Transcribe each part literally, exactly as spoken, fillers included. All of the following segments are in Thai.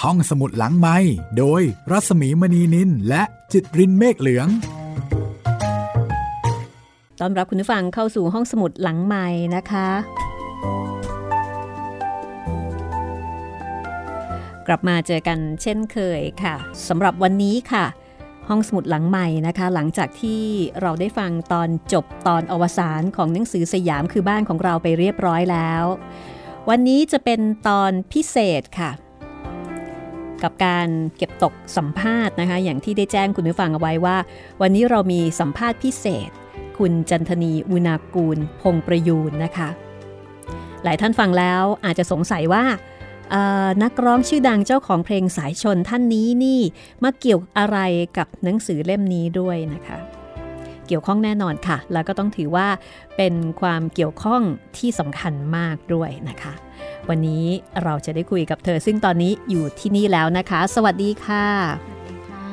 ห้องสมุดหลังไมค์โดยรัศมีมณีนินและจิตรินเมฆเหลืองต้อนรับคุณผู้ฟังเข้าสู่ห้องสมุดหลังไมค์นะคะกลับมาเจอกันเช่นเคยค่ะสำหรับวันนี้ค่ะห้องสมุดหลังใหม่นะคะหลังจากที่เราได้ฟังตอนจบตอนอวสานของหนังสือสยามคือบ้านของเราไปเรียบร้อยแล้ววันนี้จะเป็นตอนพิเศษค่ะกับการเก็บตกสัมภาษณ์นะคะอย่างที่ได้แจ้งคุณผู้ฟังเอาไว้ว่าวันนี้เรามีสัมภาษณ์พิเศษคุณจันทนีอุณากูลพงประยูรนะคะหลายท่านฟังแล้วอาจจะสงสัยว่านักร้องชื่อดังเจ้าของเพลงสายชนท่านนี้นี่มาเกี่ยวอะไรกับหนังสือเล่มนี้ด้วยนะคะเกี่ยวข้องแน่นอนค่ะแล้วก็ต้องถือว่าเป็นความเกี่ยวข้องที่สำคัญมากด้วยนะคะวันนี้เราจะได้คุยกับเธอซึ่งตอนนี้อยู่ที่นี่แล้วนะคะสวัสดีค่ะสวัสดีค่ะ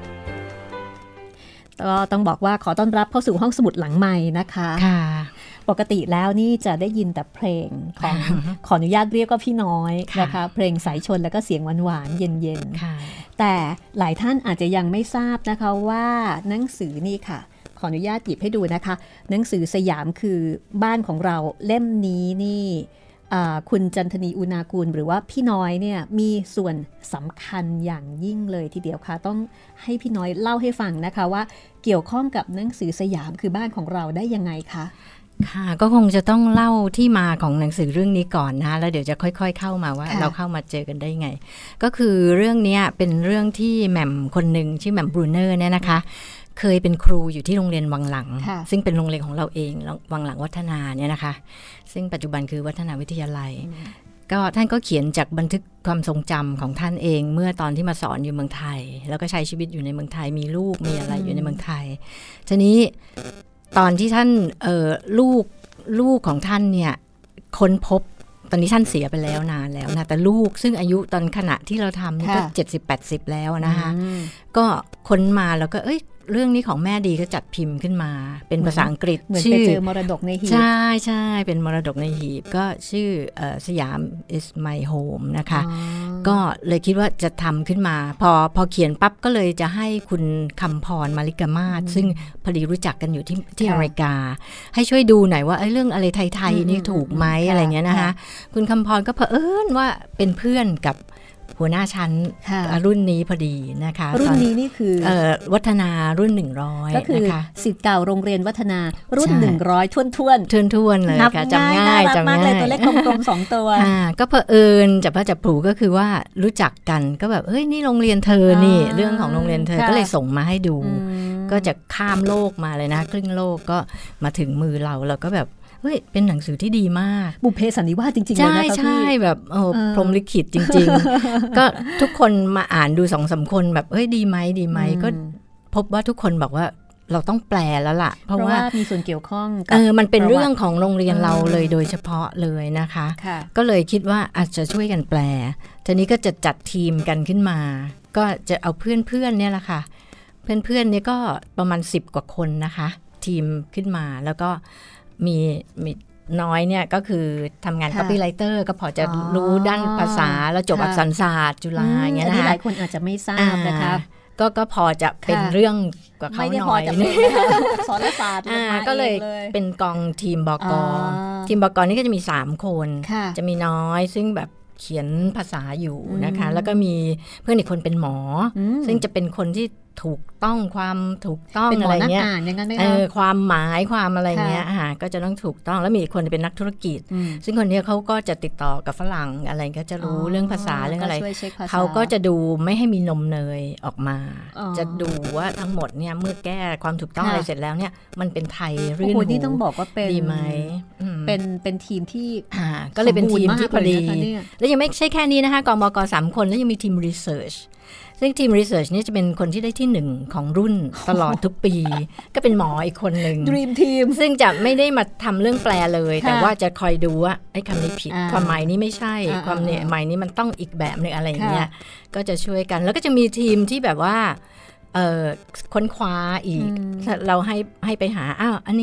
ก็ต้องบอกว่าขอต้อนรับเข้าสู่ห้องสมุดหลังไมค์นะคะค่ะปกติแล้วนี่จะได้ยินแต่เพลงของ ขออนุญาตเรียกว่าพี่น้อยนะคะเพลงสายชนแล้วก็เสียงหวานๆเย็นๆแต่หลายท่านอาจจะยังไม่ทราบนะคะว่าหนังสือนี่ค่ะขออนุญาตหยิบให้ดูนะคะหนังสือสยามคือบ้านของเราเล่มนี้นี่คุณจันทนีอุณากูลหรือว่าพี่น้อยเนี่ยมีส่วนสำคัญอย่างยิ่งเลยทีเดียวค่ะต้องให้พี่น้อยเล่าให้ฟังนะคะว่าเกี่ยวข้องกับหนังสือสยามคือบ้านของเราได้ยังไงคะค่ะก็คงจะต้องเล่าที่มาของหนังสือเรื่องนี้ก่อนนะแล้วเดี๋ยวจะค่อยๆเข้ามาว่าเราเข้ามาเจอกันได้ไงก็คือเรื่องนี้เป็นเรื่องที่แหม่มคนหนึ่งชื่อแหม่มบรูเนอร์เนี่ยนะคะเคยเป็นครูอยู่ที่โรงเรียนวังหลังซึ่งเป็นโรงเรียนของเราเองวังหลังวัฒนาเนี่ยนะคะซึ่งปัจจุบันคือวัฒนาวิทยาลัยก็ท่านก็เขียนจากบันทึกความทรงจำของท่านเองเมื่อตอนที่มาสอนอยู่เมืองไทยแล้วก็ใช้ชีวิตอยู่ในเมืองไทยมีลูกมีอะไรอยู่ในเมืองไทยทีนี้ตอนที่ท่านเอ่อลูกลูกของท่านเนี่ยค้นพบตอนนี้ท่านเสียไปแล้วนานแล้วนะแต่ลูกซึ่งอายุตอนขณะที่เราทำนี่ก็เจ็ดสิบแปดสิบแล้วนะคะก็ค้นมาแล้วก็เอ้ยเรื่องนี้ของแม่ดีก็จัดพิมพ์ขึ้นมาเป็นภาษาอังกฤษเหมือนไปเจอมรดกในหีบใช่ใช่เป็นมรดกในหีบก็ชื่อสยาม is my home นะคะก็เลยคิดว่าจะทำขึ้นมาพอพอเขียนปั๊บก็เลยจะให้คุณคำพรมาริกามาศซึ่งพอดีรู้จักกันอยู่ที่ที่อเมริกาให้ช่วยดูหน่อยว่าเรื่องอะไรไทยๆนี่ถูกไหมอะไรเงี้ยนะคะคุณคำพรก็เผอิญว่าเป็นเพื่อนกับหัวหน้าชั้นรุ่นนี้พอดีนะคะรุ่นนี้นี่คือเอ่อวัฒนารุ่นหนึ่งร้อยก็คือศิษย์เก่าโรงเรียนวัฒนารุ่นหนึ่งร้อยท้วนท้วนท้วนๆเลยค่ะจำง่ายจำง่ายเลยตัวเล็กกลมๆสองตัวก็เผอิญจับพระจับผูก็คือว่ารู้จักกันก็แบบเฮ้ยนี่โรงเรียนเธอนี่เรื่องของโรงเรียนเธอก็เลยส่งมาให้ดูก็จะข้ามโลกมาเลยนะครึ่งโลกก็มาถึงมือเราเราก็แบบเฮ้ยเป็นหนังสือที่ดีมากบุพเพสันนิวาสจริงๆเลยนะคะพี่ใช่ใช่แบบโอ้พรหมลิขิตจริงๆก็ทุกคนมาอ่านดูสองสามคนแบบเฮ้ยดีไหมดีไหมก็พบว่าทุกคนบอกว่าเราต้องแปลแล้วล่ะเพราะว่ามีส่วนเกี่ยวข้องเออมันเป็นเรื่องของโรงเรียนเราเลยโดยเฉพาะเลยนะคะก็เลยคิดว่าอาจจะช่วยกันแปลทีนี้ก็จะจัดทีมกันขึ้นมาก็จะเอาเพื่อนๆเนี่ยแหละค่ะเพื่อนๆเนี่ยก็ประมาณสิบกว่าคนนะคะทีมขึ้นมาแล้วก็มีมีน้อยเนี่ยก็คือทำงาน copywriter ก็พอจะรู้ด้านภาษาแล้วจบอักษรศาสตร์จุฬาอย่างเงี้ยนะคะหลายคนอาจจะไม่ทราบนะคะก็ก็พอจะเป็นเรื่องกว่าเขาหน่อยนึงสอนศาสตร์ก็เลยเป็นกองทีมบก.ทีมบก.นี่ก็จะมีสามคนจะมีน้อยซึ่งแบบเขียนภาษาอยู่นะคะแล้วก็มีเพื่อนอีกคนเป็นหมอซึ่งจะเป็นคนที่ถูกต้องความถูกต้องอะไรเงี้ยเออความหมายความอะไรเงี้ยอ่าก็จะต้องถูกต้องแล้วมีอีกคนเป็นนักธุรกิจซึ่งคนนี้เขาก็จะติดต่อกับฝรั่งอะไรก็จะรู้เรื่องภาษาเรื่องอะไรเขาก็จะดูไม่ให้มีนมเนยออกมาจะดูว่าทั้งหมดเนี่ยเมื่อแก้ความถูกต้องอะไรเสร็จแล้วเนี่ยมันเป็นไทยรื่นหูนี่ต้องบอกว่าเป็นดีไหมเป็นเป็นทีมที่ก็เลยเป็นทีมที่พอดีแล้วยังไม่ใช่แค่นี้นะคะกองบก.สามคนแล้วยังมีทีมรีเสิร์ชซึ่งทีมรีเสิร์ชนี่จะเป็นคนที่ได้ที่หนึ่งของรุ่นตลอดทุกปีก็เป็นหมออีกคนหนึ่ง Dream Team ซึ่งจะไม่ได้มาทำเรื่องแปลเลยแต่ว่าจะคอยดูว่าไอ้คำนี้ผิดความหมายนี้ไม่ใช่ความเนี่ยหมายนี้มันต้องอีกแบบนึงอะไรอย่างเงี้ยก็จะช่วยกันแล้วก็จะมีทีมที่แบบว่าเอ่อค้นคว้าอีกเราให้ให้ไปหาอ้าวอันนี้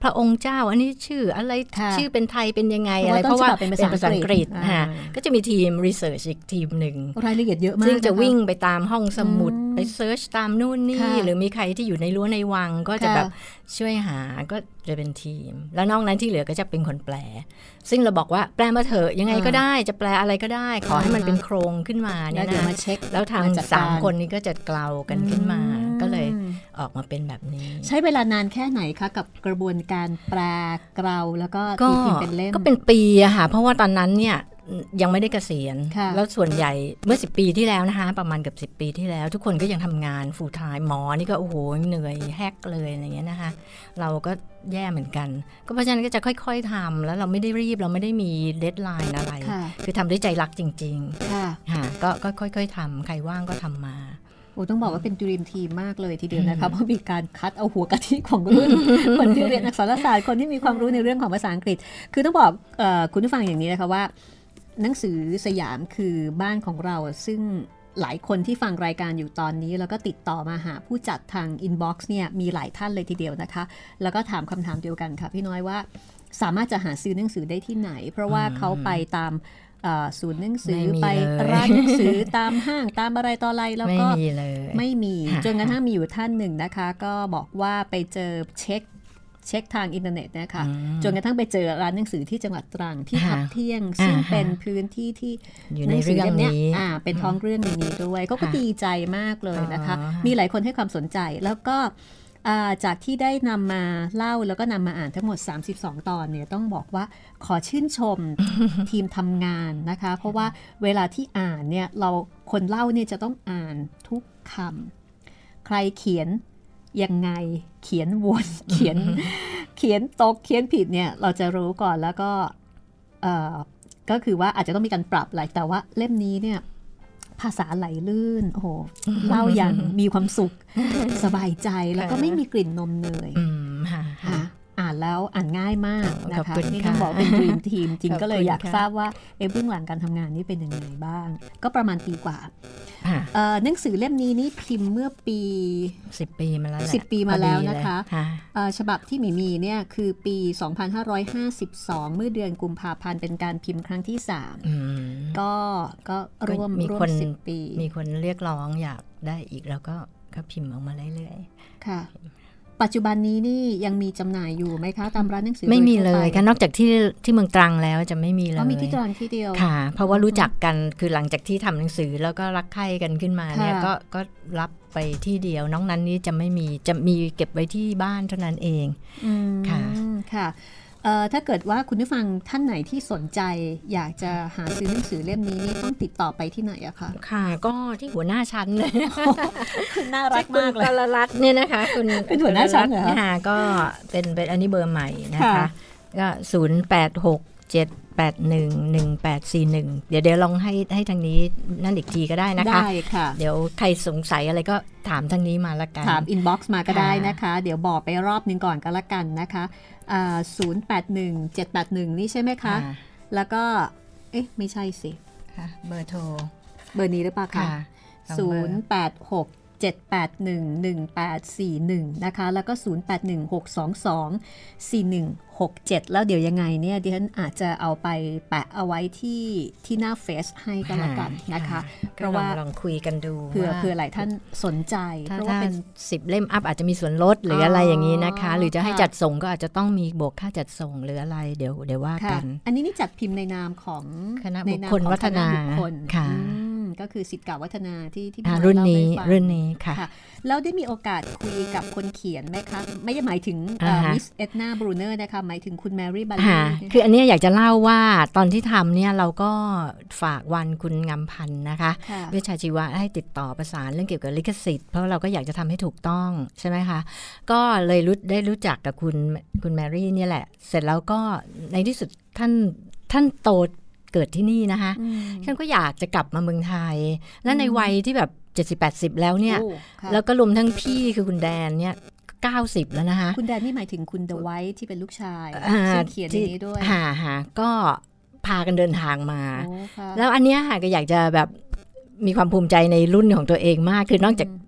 พระองค์เจ้าอันนี้ชื่ออะไรชื่อเป็นไทยเป็นยังไงอะไรเพราะว่าเป็นภาษาอังกฤษก็จะมีทีมรีเสิร์ชอีกทีมหนึ่งรายละเอียดเยอะมากซึ่งจะวิ่งไปตามห้องสมุดไปเซิร์ชตามนู่นนี่หรือมีใครที่อยู่ในรั้วในวังก็จะแบบช่วยหาก็จะเป็นทีมแล้วนอกนั้นที่เหลือก็จะเป็นคนแปลซึ่งเราบอกว่าแปลมาเถอะยังไงก็ได้จะแปลอะไรก็ได้ขอให้มันเป็นโครงขึ้นมาเนี่ยนะแล้วทางสามคนนี้ก็จะเกลากันขึ้นมาก็เลยออกมาเป็นแบบนี้ใช้เวลานานแค่ไหนคะกับกระบวนการแปลเกลาแล้วก็ตีพิมพ์เป็นเล่มก็เป็นปีอะค่ะเพราะว่าตอนนั้นเนี่ยยังไม่ได้เกษียณแล้วส่วนใหญ่เมื่อสิบปีที่แล้วนะคะประมาณเกือบสิบปีที่แล้วทุกคนก็ยังทำงาน full time หมอนี่ก็โอ้โหเหนื่อยแฮกเลยอะไรเงี้ยนะคะเราก็แย่เหมือนกันก็เพราะฉะนั้นก็จะค่อยๆทำแล้วเราไม่ได้รีบเราไม่ได้มีเดดไลน์อะไรคือทำด้วยใจรักจริงๆค่ะก็ค่อยๆทำใครว่างก็ทำมาโอ้ต้องบอกว่าเป็นดรีมทีมมากเลยทีเดียวนะคะเพราะมีการคัดเอาหัวกะทิของรุ่น คนที่เรียนอักษรศาสตร์คนที่มีความรู้ในเรื่องของภาษาอังกฤษคือต้องบอกเอ่อคุณผู้ฟังอย่างนี้นะคะว่าหนังสือสยามคือบ้านของเราซึ่งหลายคนที่ฟังรายการอยู่ตอนนี้แล้วก็ติดต่อมาหาผู้จัดทางอินบ็อกซ์เนี่ยมีหลายท่านเลยทีเดียวนะคะแล้วก็ถามคำถามเดียวกันค่ะพี่น้อยว่าสามารถจะหาซื้อหนังสือได้ที่ไหนเพราะว่าเขาไปตามศูนย์หนังสือไปร้านหนังสือตามห้างตามอะไรต่ออะไรแล้วก็ไม่มีจนกระทั่งมีอยู่ท่านหนึ่งนะคะก็บอกว่าไปเจอเช็คเช็คทางอินเทอร์เน็ตนะคะจนกระทั่งไปเจอร้านหนังสือที่จังหวัดตรังที่ทับเที่ยงซึ่งเป็นพื้นที่ที่หนังสือเล่มนี้เป็นท้องเรื่องในนี้ด้วยก็ก็ดีใจมากเลยนะคะมีหลายคนให้ความสนใจแล้วก็จากที่ได้นำมาเล่าแล้วก็นำมาอ่านทั้งหมดสามสิบสองตอนเนี่ยต้องบอกว่าขอชื่นชม ทีมทำงานนะคะเพราะว่าเวลาที่อ่านเนี่ยเราคนเล่าเนี่ยจะต้องอ่านทุกคำใครเขียนยังไงเขียนวนเขียนเขียนตกเขียนผิดเนี่ยเราจะรู้ก่อนแล้วก็ก็คือว่าอาจจะต้องมีการปรับอะไรแต่ว่าเล่มนี้เนี่ยภาษาไหลลื่นโอ้โหเล่าอย่างมีความสุขสบายใจแล้วก็ไม่มีกลิ่นนมเนยอ่านแล้วอ่านง่ายมากนะคะนี่ต้องบอกเป็นทีมทีมจริงก็เลยอยากทราบว่าเบื้องหลังการทำงานนี่เป็นยังไงบ้างก็ประมาณปีกว่าหนังสือเล่มนี้นี่พิมพ์เมื่อปีสิบปีมาแล้วสิบปีมาแล้วนะคะฉบับที่หมีมีเนี่ยคือปีสองพันห้าร้อยห้าสิบสองเมื่อเดือนกุมภาพันธ์เป็นการพิมพ์ครั้งที่สามก็ก็ร่วมร่วมสิบปีมีคนเรียกร้องอยากได้อีกแล้วก็ก็พิมพ์ออกมาเรื่อยๆค่ะปัจจุบันนี้นี่ยังมีจำหน่ายอยู่ไหมคะตามร้านหนังสือไม่มีเลยค่ะนอกจากที่ที่เมืองตรังแล้วจะไม่มีเลยก็มีที่ตรังที่เดียวค่ะเพราะว่ารู้จักกันคือหลังจากที่ทำหนังสือแล้วก็รักใคร่กันขึ้นมาเนี่ยก็ก็รับไปที่เดียวน้องนั้นนี้จะไม่มีจะมีเก็บไว้ที่บ้านเท่านั้นเองค่ะค่ะถ้าเกิดว่าคุณผู้ฟังท่านไหนที่สนใจอยากจะหาซื้อหนังสือเล่มนี้นี่ต้องติดต่อไปที่ไหนอะคะค่ะก็ที่หัวหน้าชั้นเลยน่ารักมากเลยกาลรัตน์เนี่ยนะคะคุณเป็นหัวหน้าชั้นเหรอคะก็เป็นเป็นอันนี้เบอร์ใหม่นะคะก็ศูนย์แปดหกเจ็ดแปดหนึ่งหนึ่งแปดสี่หนึ่งเดี๋ยวเดี๋ยวลองให้ให้ทางนี้นั่นอีกทีก็ได้นะคะได้ค่ะเดี๋ยวใครสงสัยอะไรก็ถามทางนี้มาละกันถามอินบ็อกซ์มาก็ได้นะคะเดี๋ยวบอกไปรอบนึงก่อนก็ละกันนะคะศูนย์แปดหนึ่งเจ็ดแปดหนึ่งนี่ใช่ไหมคะแล้วก็เอ๊ะไม่ใช่สิเบอร์โทรเบอร์นี้หรือเปล่าคะศูนย์แปดหกเจ็ดแปดหนึ่ง หนึ่งแปดสี่หนึ่งนะคะแล้วก็ศูนย์แปดหนึ่ง หกสองสอง สี่หนึ่งหกเจ็ดแล้วเดี๋ยวยังไงเนี่ยดิฉันอาจจะเอาไปแปะเอาไว้ที่ที่หน้าเฟซให้ก็แล้วกันนะคะเพราะว่าลองคุยกันดูเพื่อเพื่อหลายท่านสนใจเพราะว่าเป็นสิบเล่มอัพอาจจะมีส่วนลดหรืออะไรอย่างนี้นะคะหรือจะให้จัดส่งก็อาจจะต้องมีบวกค่าจัดส่งหรืออะไรเดี๋ยวเดี๋ยวว่ากันอันนี้นี่จัดพิมพ์ในนามของคณะบุคคลวัฒนาค่ะก็คือศิษย์เก่าวัฒนาที่ที่รุ่นนี้รุ่นนี้ค่ะแล้วได้มีโอกาสคุยกับคนเขียนไหมคะไม่ได้หมายถึงมิสเอ็ดนาบรูเนอร์นะคะหมายถึงคุณแมรี่บัลลี่คืออันนี้อยากจะเล่าว่าตอนที่ทำเนี่ยเราก็ฝากวันคุณงามพันธ์นะคะเวชชาชีวะให้ติดต่อประสานเรื่องเกี่ยวกับลิขสิทธิ์เพราะเราก็อยากจะทำให้ถูกต้องใช่ไหมคะก็เลยรู้ได้รู้จักกับคุณคุณแมรี่เนี่ยแหละเสร็จแล้วก็ในที่สุดท่านท่านโตเกิดที่นี่นะคะฉันก็อยากจะกลับมาเมืองไทยและในวัยที่แบบเจ็ดสิบ แปดสิบแล้วเนี่ยแล้วก็รวมทั้งพี่คือคุณแดนเนี่ยเก้าสิบแล้วนะคะคุณแดนนี่หมายถึงคุณเดอะไวท์ที่เป็นลูกชายซึ่งเขียนในนี้ด้วยฮ่าๆก็พากันเดินทางมาแล้วอันเนี้ยค่ะก็อยากจะแบบมีความภูมิใจในรุ่นของตัวเองมากคือนอกจาก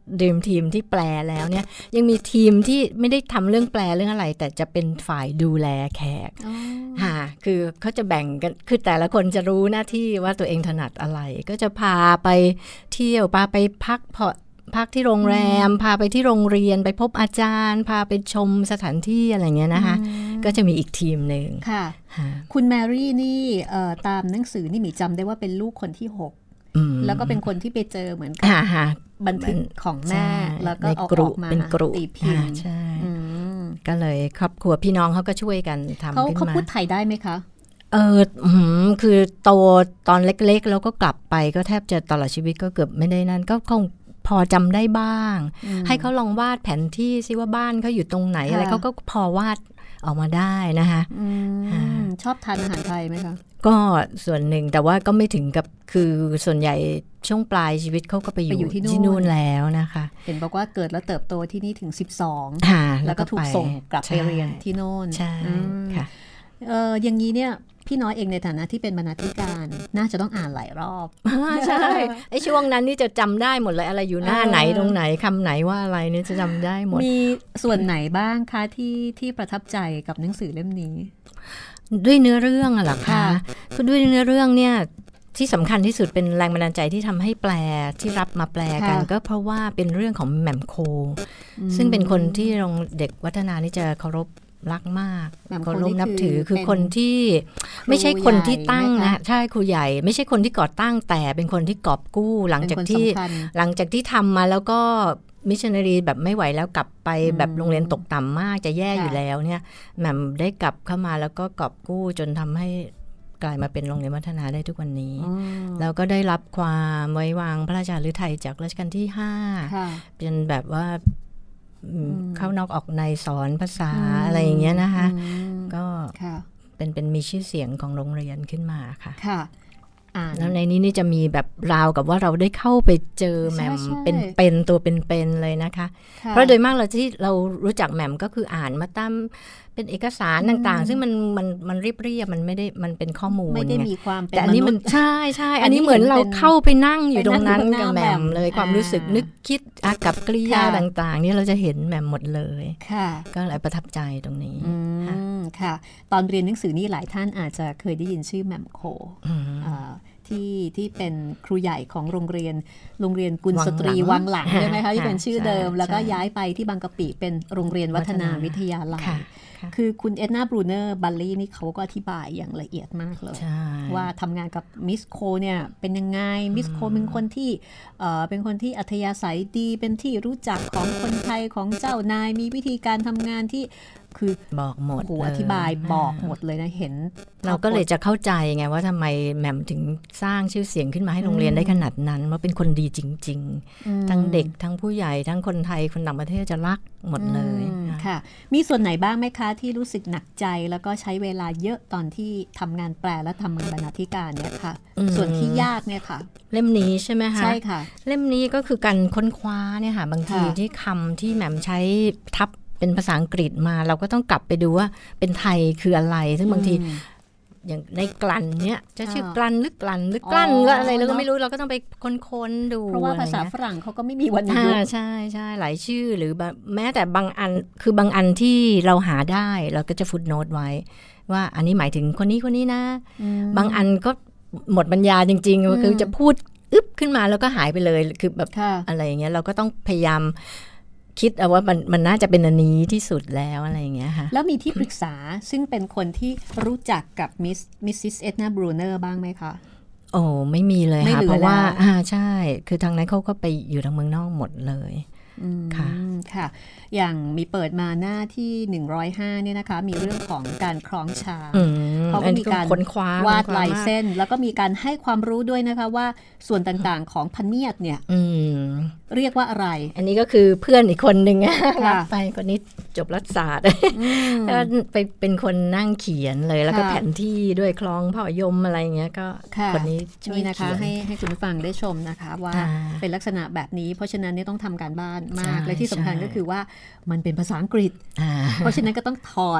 Dream Team ที่แปลแล้วเนี่ยยังมีทีมที่ไม่ได้ทำเรื่องแปลเรื่องอะไรแต่จะเป็นฝ่ายดูแลแขกค่ะคือเขาจะแบ่งกันคือแต่ละคนจะรู้หน้าที่ว่าตัวเองถนัดอะไรก็จะพาไปเที่ยวพาไปพักผ่อนพักที่โรงแรมพาไปที่โรงเรียนไปพบอาจารย์พาไปชมสถานที่อะไรเงี้ยนะคะก็จะมีอีกทีมหนึ่งค่ะคุณแมรี่นี่ตามหนังสือนี่มีจำได้ว่าเป็นลูกคนที่หกแล้วก็เป็นคนที่ไปเจอเหมือนกับบันทึกของแม่แล้วก็เอาออกมาตีพิมพ์ใช่ก็เลยครอบครัวพี่น้องเขาก็ช่วยกันทำขึ้นมาเขาพูดไทยได้ไหมคะเออคือโตตอนเล็กๆแล้วก็กลับไปก็แทบจะตลอดชีวิตก็เกือบไม่ได้นั่นก็คงพอจำได้บ้างให้เขาลองวาดแผนที่ซิว่าบ้านเขาอยู่ตรงไหนอะไรเขาก็พอวาดออกมาได้นะคะชอบทานอาหารไทยไหมคะก็ส่วนหนึ่งแต่ว่าก็ไม่ถึงกับคือส่วนใหญ่ช่วงปลายชีวิตเขาก็ไปอยู่ที่นู่นแล้วนะคะเห็นบอกว่าเกิดแล้วเติบโตที่นี่ถึงสิบสองแล้วก็ถูกส่งกลับไปเรียนที่โน่นใช่ค่ะเอออย่างนี้เนี่ยพี่น้อยเองในฐานะที่เป็นบรรณาธิการน่าจะต้องอ่านหลายรอบใช่ไอ้ช่วงนั้นนี่จะจำได้หมดเลยอะไรอยู่หน้าไหนตรงไหนคำไหนว่าอะไรนี่จะจำได้หมดมีส่วนไหนบ้างคะที่ที่ประทับใจกับหนังสือเล่มนี้ด้วยเนื้อเรื่องอะหรอคะคือด้วยเนื้อเรื่องเนี่ยที่สำคัญที่สุดเป็นแรงบันดาลใจที่ทำให้แปลที่รับมาแปลกันก็เพราะว่าเป็นเรื่องของแหม่มโคซึ่งเป็นคนที่โรงเด็กวัฒนานี่จะเคารพรักมากเคารพนับถือคือคนที่ไม่ใช่คนที่ตั้งนะใช่ครูใหญ่ไม่ใช่คนที่ก่อตั้งแต่เป็นคนที่กอบกู้หลังจากที่หลังจากที่ทำมาแล้วก็มิชชันนารีแบบไม่ไหวแล้วกลับไปแบบโรงเรียนตกต่ำมากจะแย่อยู่แล้วเนี่ยแหม่มได้กลับเข้ามาแล้วก็กอบกู้จนทำให้กลายมาเป็นโรงเรียนวัฒนาได้ทุกวันนี้แล้วก็ได้รับความไว้วางพระราชาฤทัยจากรัชกาลที่ห้าเป็นแบบว่าเข้านอกออกในสอนภาษาอะไรอย่างเงี้ยนะคะก็เป็นเป็นมีชื่อเสียงของโรงเรียนขึ้นมาค่ะค่ะแล้วในนี้นี่จะมีแบบราวกับว่าเราได้เข้าไปเจอแหม่มเป็นเป็นตัวเป็นๆเลยนะคะเพราะโดยมากเราที่เรารู้จักแหม่มก็คืออ่านมาตามเป็นเอกสารต่างๆซึ่งมันมันมันเรียบๆมันไม่ได้มันเป็นข้อมูลไม่ได้มีความแต่อันนี้มันใช่ใช่อันนี้เหมือนเราเข้าไปนั่งอยู่ตรงนั้นกับแหม่มเลยความรู้สึกนึกคิดอากับกริยาต่างๆนี่เราจะเห็นแหม่มหมดเลยก็เลยประทับใจตรงนี้ค่ะตอนเรียนหนังสือนี่หลายท่านอาจจะเคยได้ยินชื่อแหม่มโคที่ที่เป็นครูใหญ่ของโรงเรียนโรงเรียนกุลสตรีวังหลังใช่ไหมคะที่เป็นชื่อเดิมแล้วก็ย้ายไปที่บางกะปิเป็นโรงเรียนวัฒนาวิทยาลัยคือคุณเอ็ดนาบรูเนอร์บัลลี่นี่เขาก็อธิบายอย่างละเอียดมากเลยว่าทำงานกับมิสโคเนี่ยเป็นยังไงมิสโคเป็นคนที่เอ่อเป็นคนที่อัธยาศัยดีเป็นที่รู้จักของคนไทยของเจ้านายมีวิธีการทำงานที่คือบอกหมดเลยอธิบายบอกหมดเลยนะเห็นเราก็เลยจะเข้าใจไงว่าทำไมแหม่มถึงสร้างชื่อเสียงขึ้นมาให้โรงเรียนได้ขนาดนั้นว่าเป็นคนดีจริงๆทั้งเด็กทั้งผู้ใหญ่ทั้งคนไทยคนต่างประเทศจะรักหมดเลยค่ะมีส่วนไหนบ้างไหมคะที่รู้สึกหนักใจแล้วก็ใช้เวลาเยอะตอนที่ทำงานแปลและทำงานบรรณาธิการเนี่ยค่ะส่วนที่ยากเนี่ยค่ะเล่มนี้ใช่ไหมคะใช่ค่ะเล่มนี้ก็คือการค้นคว้าเนี่ยค่ะบางทีที่คำที่แหม่มใช้ทับเป็นภาษาอังกฤษมาเราก็ต้องกลับไปดูว่าเป็นไทยคืออะไรซึ่งบางทีอย่างในกลั่นเนี้ยจะชื่อกลั่นหรือกลั่นหรือกลั่นก็อะไรเราก็ไม่รู้เราก็ต้องไปค้นๆดูเพราะว่าภาษาฝรั่งเขาก็ไม่มีวรรณยุกต์ใช่ใช่หลายชื่อหรือแม้แต่บางอันคือบางอันที่เราหาได้เราก็จะฟุตโนตไว้ว่าอันนี้หมายถึงคนนี้คนนี้นะบางอันก็หมดปัญญาจริงๆคือจะพูดอึ๊บขึ้นมาแล้วก็หายไปเลยคือแบบอะไรอย่างเงี้ยเราก็ต้องพยายามคิดเอาว่ามันมันน่าจะเป็นอันนี้ที่สุดแล้วอะไรอย่างเงี้ยค่ะแล้วมีที่ปรึกษาซึ่งเป็นคนที่รู้จักกับมิสมิสซิสเอ็ดนาบรูเนอร์บ้างไหมคะโอ้ไม่มีเลยค่ะเพราะว่าอ่าใช่คือทางนั้นเขาก็ไปอยู่ทางเมืองนอกหมดเลยค่ะค่ะอย่างมีเปิดมาหน้าที่หนึ่งร้อยห้าเนี่ยนะคะมีเรื่องของการคล้องช้างเขาก็มีการวาดลายเส้นแล้วก็มีการให้ความรู้ด้วยนะคะว่าส่วนต่างๆของพเนียดเนี่ยเรียกว่าอะไรอันนี้ก็คือเพื่อนอีกคนนึงรับไปคนนี้จบรัฐศาสตร์ก็ไปเป็นคนนั่งเขียนเลยแล้วก็แผนที่ด้วยคลองพ่อยมอะไรเงี้ยก็คนนี้ช่วยนะคะให้ให้คุณผู้ฟังได้ชมนะคะว่าเป็นลักษณะแบบนี้เพราะฉะนั้นนี่ต้องทำการบ้านมากและที่สำคัญก็คือว่ามันเป็นภาษาอังกฤษเพราะฉะนั้นก็ต้องถอด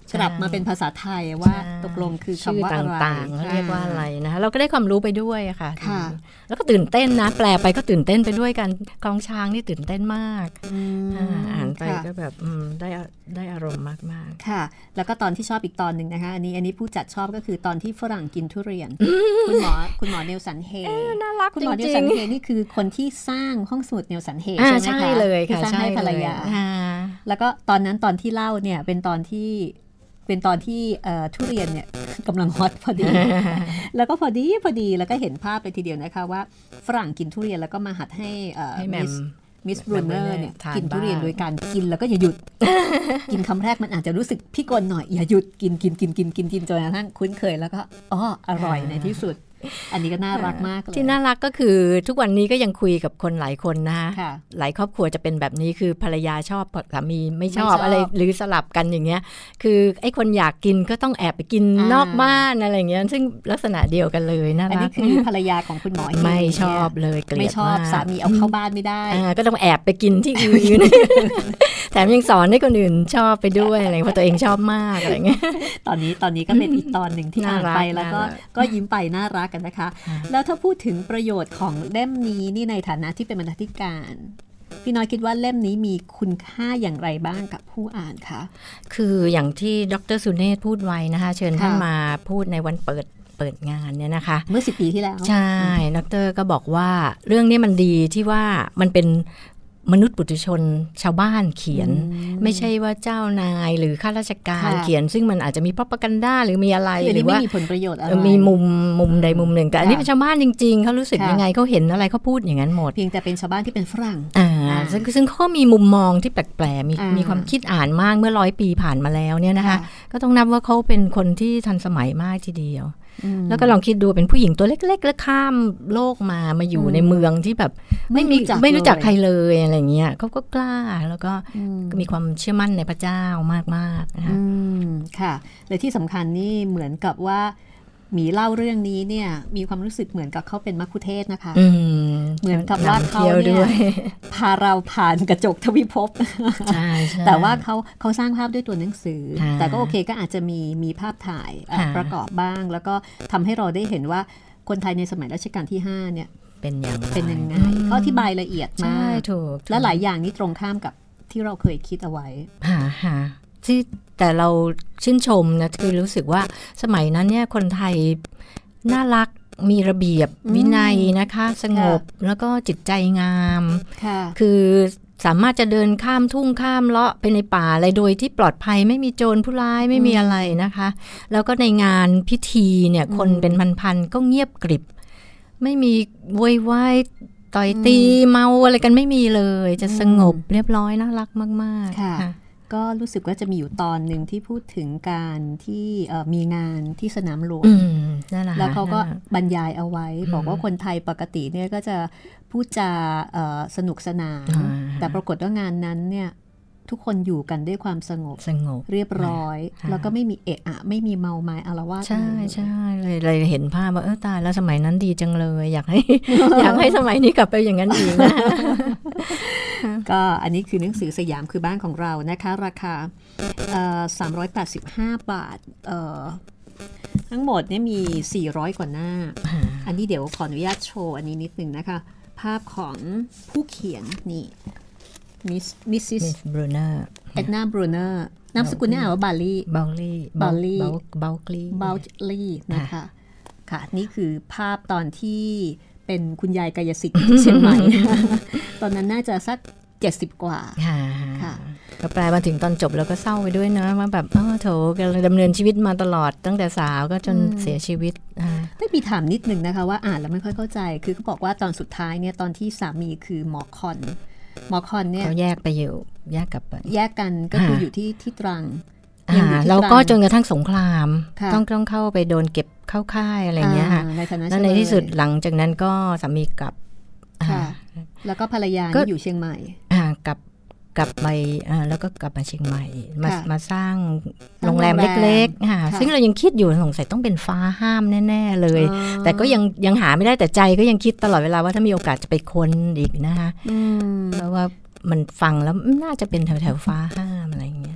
กลับมาเป็นภาษาไทยว่าตกลงคือคำว่าอะไรต่างๆเรียกว่าอะไรนะคะเราก็ได้ความรู้ไปด้วยค่ะค่ะแล้วก็ตื่นเต้นนะแปลไปก็ตื่นเต้นไปด้วยกันกองช้างนี่ตื่นเต้นมากอ่านไปก็แบบได้ได้อารมณ์มากๆค่ะแล้วก็ตอนที่ชอบอีกตอนหนึ่งนะคะอันนี้อันนี้ผู้จัดชอบก็คือตอนที่ฝรั่งกินทุเรียนคุณหมอคุณหมอเนลสันเฮน่ารักจริงๆคุณหมอเนลสันเฮนี่คือคนที่สร้างห้องสมุดเนลสันเฮใช่ไหมคะใช่เลยค่ะสร้างให้ภรรยาแล้วก็ตอนนั้นตอนที่เล่าเนี่ยเป็นตอนที่เป็นตอนที่ทุเรียนเนี่ยกำลังฮอตพอดี แล้วก็พอดีพอดีแล้วก็เห็นภาพไปทีเดียวนะคะว่าฝรั่งกินทุเรียนแล้วก็มาหัดให้มิสมิสบรูเนอร์เนี่ยกินทุเรียนโดยการกินแล้วก็อย่าหยุด กินคำแรกมันอาจจะรู้สึกพิกลหน่อยอย่าหยุดกินกินกินกินกินกินจนกระทั่งคุ้นเคยแล้วก็อ๋ออร่อยในที่สุดอันนี้ก็น่ารักมากเลยที่น่ารักก็คือทุกวันนี้ก็ยังคุยกับคนหลายคนนะคะหลายครอบครัวจะเป็นแบบนี้คือภรรยาชอบสามีไม่ชอบอะไรหรือสลับกันอย่างเงี้ยคือไอ้คนอยากกินก็ต้องแอบไปกินนอกบ้านอะไรเงี้ยซึ่งลักษณะเดียวกันเลยน่ารักอันนี้คือภรรยาของคุณหมอไม่ชอบเลยเกลียดมากไม่ชอบสามีเอาเข้าบ้านไม่ได้ก็ต้องแอบไปกินที่อื่นแถมยังสอนให้คนอื่นชอบไปด้วยอะไรเพราะตัวเองชอบมากอะไรเงี้ยตอนนี้ตอนนี้ก็เป็นอีกตอนหนึ่งที่อ่านไปแล้วก็ก็ยิ้มไปน่ารักกันนะคะแล้วถ้าพูดถึงประโยชน์ของเล่มนี้นี่ในฐานะที่เป็นบรรณาธิการพี่น้อยคิดว่าเล่มนี้มีคุณค่าอย่างไรบ้างกับผู้อ่านคะคืออย่างที่ดร.สุเนศพูดไว้นะคะเชิญท่านมาพูดในวันเปิดเปิดงานเนี่ยนะคะเมื่อสิบปีที่แล้วใช่ดร.ก็บอกว่าเรื่องนี้มันดีที่ว่ามันเป็นมนุษย์ปุถุชนชาวบ้านเขียนไม่ใช่ว่าเจ้านายหรือข้าราชการเขียนซึ่งมันอาจจะมีพร็อพกันด้าหรือมีอะไรหรือว่ามีผลประโยชน์อะไรมีมุมมุมใดมุมหนึ่งแต่อันนี้เป็นชาวบ้านจริงๆเขารู้สึกยังไงเขาเห็นอะไรเขาพูดอย่างนั้นหมดเพียงแต่เป็นชาวบ้านที่เป็นฝรั่งอ่าซึ่งซึ่งเขามีมุมมองที่แปลกๆมีมีความคิดอ่านมากเมื่อร้อยปีผ่านมาแล้วเนี่ยนะคะก็ต้องนับว่าเขาเป็นคนที่ทันสมัยมากทีเดียวแล้วก็ลองคิดดูเป็นผู้หญิงตัวเล็กๆแล้วข้ามโลกมามาอยู่ในเมืองที่แบบไม่มีไม่รู้จักใครเลยอะไรเงี้ยเขาก็กล้าแล้วก็มีความเชื่อมั่นในพระเจ้ามากๆนะคะค่ะและที่สำคัญนี่เหมือนกับว่าหมีเล่าเรื่องนี้เนี่ยมีความรู้สึกเหมือนกับเขาเป็นมัคคุเทศก์นะคะเหมือนกับว่าเขาเนี่ยพาเราผ่านกระจกทวิภพแต่ว่าเขาเขาสร้างภาพด้วยตัวหนังสือแต่ก็โอเคก็อาจจะมีมีภาพถ่ายประกอบบ้างแล้วก็ทำให้เราได้เห็นว่าคนไทยในสมัยรัชกาลที่ห้าเนี่ยเป็นอย่างไรเป็นยังไงเขาอธิบายละเอียดมากและหลายอย่างนี้ตรงข้ามกับที่เราเคยคิดเอาไว้ค่ะที่แต่เราชื่นชมนะคือรู้สึกว่าสมัยนั้นเนี่ยคนไทยน่ารักมีระเบียบวินัยนะคะสงบแล้วก็จิตใจงามคือสามารถจะเดินข้ามทุ่งข้ามเลาะไปในป่าอะไรโดยที่ปลอดภัยไม่มีโจรผู้ร้ายไม่มีอะไรนะคะแล้วก็ในงานพิธีเนี่ยคนเป็นพันๆก็เงียบกริบไม่มีโวยวายต่อยตีเมาอะไรกันไม่มีเลยจะสงบเรียบร้อยน่ารักมากๆค่ะก็รู้สึกว่าจะมีอยู่ตอนหนึ่งที่พูดถึงการที่มีงานที่สนามหลวงแล้วเขาก็บรรยายเอาไว้บอกว่าคนไทยปกติเนี่ยก็จะพูดจาสนุกสนานแต่ปรากฏว่างานนั้นเนี่ยทุกคนอยู่กันด้วยความสงบสงบเรียบร้อยแล้วก็ไม่มีเอะอะไม่มีเมาไม้อาละวาดใช่ใช่เลยเลยเห็นภาพว่าเออตายแล้วสมัยนั้นดีจังเลยอยากให้ อยากให้สมัยนี้กลับไปอย่างนั้นอีกนะก็อันนี้คือหนังสือสยามคือบ้านของเรานะคะราคาสามร้อยแปดสิบห้าบาททั้งหมดเนี่ยมีสี่ร้อยกว่าหน้าอันนี้เดี๋ยวขออนุญาตโชว์อันนี้นิดนึงนะคะภาพของผู้เขียนนี่มิสมิสซิสบรูเนอร์เอ็ดนาบรูเนอร์นามสกุลเนี่ยอ่านว่าบาลีบาลีบาลีบาลีบาลีนะคะค่ะนี่คือภาพตอนที่เป็นคุณยายกายสิทธิ์ที่เชียงใหม่ ตอนนั้นน่าจะสักเจ็ดสิบกว่าค่ะก็แปลมาถึงตอนจบแล้วก็เศร้าไปด้วยนะว่าแบบอ้าวโถแกดำเนินชีวิตมาตลอดตั้งแต่สาวก็จนเสียชีวิตได้มีถามนิดนึงนะคะว่าอ่านแล้วไม่ค่อยเข้าใจคือเขาบอกว่าตอนสุดท้ายเนี่ยตอนที่สามีคือหมอคอนหมอคอนเนี่ยเขาแยกไปอยู่แยกกับแยกกันก็คืออยู่ที่ที่ตรังแล้วก็จนกระทั่งสงครามต้องต้องเข้าไปโดนเก็บเข้าค่ายอะไรเงี้ยค่ะแล้วในที่สุดหลังจากนั้นก็สามีกลับแล้วก็ภรรยาอยู่เชียงใหม่กลับกลับไปแล้วก็กลับมาเชียงใหม่มามาสร้างโรงแรมเล็กๆค่ะซึ่งเรายังคิดอยู่สงสัยต้องเป็นฟ้าห้ามแน่ๆเลยแต่ก็ยังยังหาไม่ได้แต่ใจก็ยังคิดตลอดเวลาว่าถ้ามีโอกาสจะไปค้นอีกนะคะเพราะว่ามันฟังแล้วน่าจะเป็นแถวๆฟ้าห้ามอะไรอย่างเงี้ย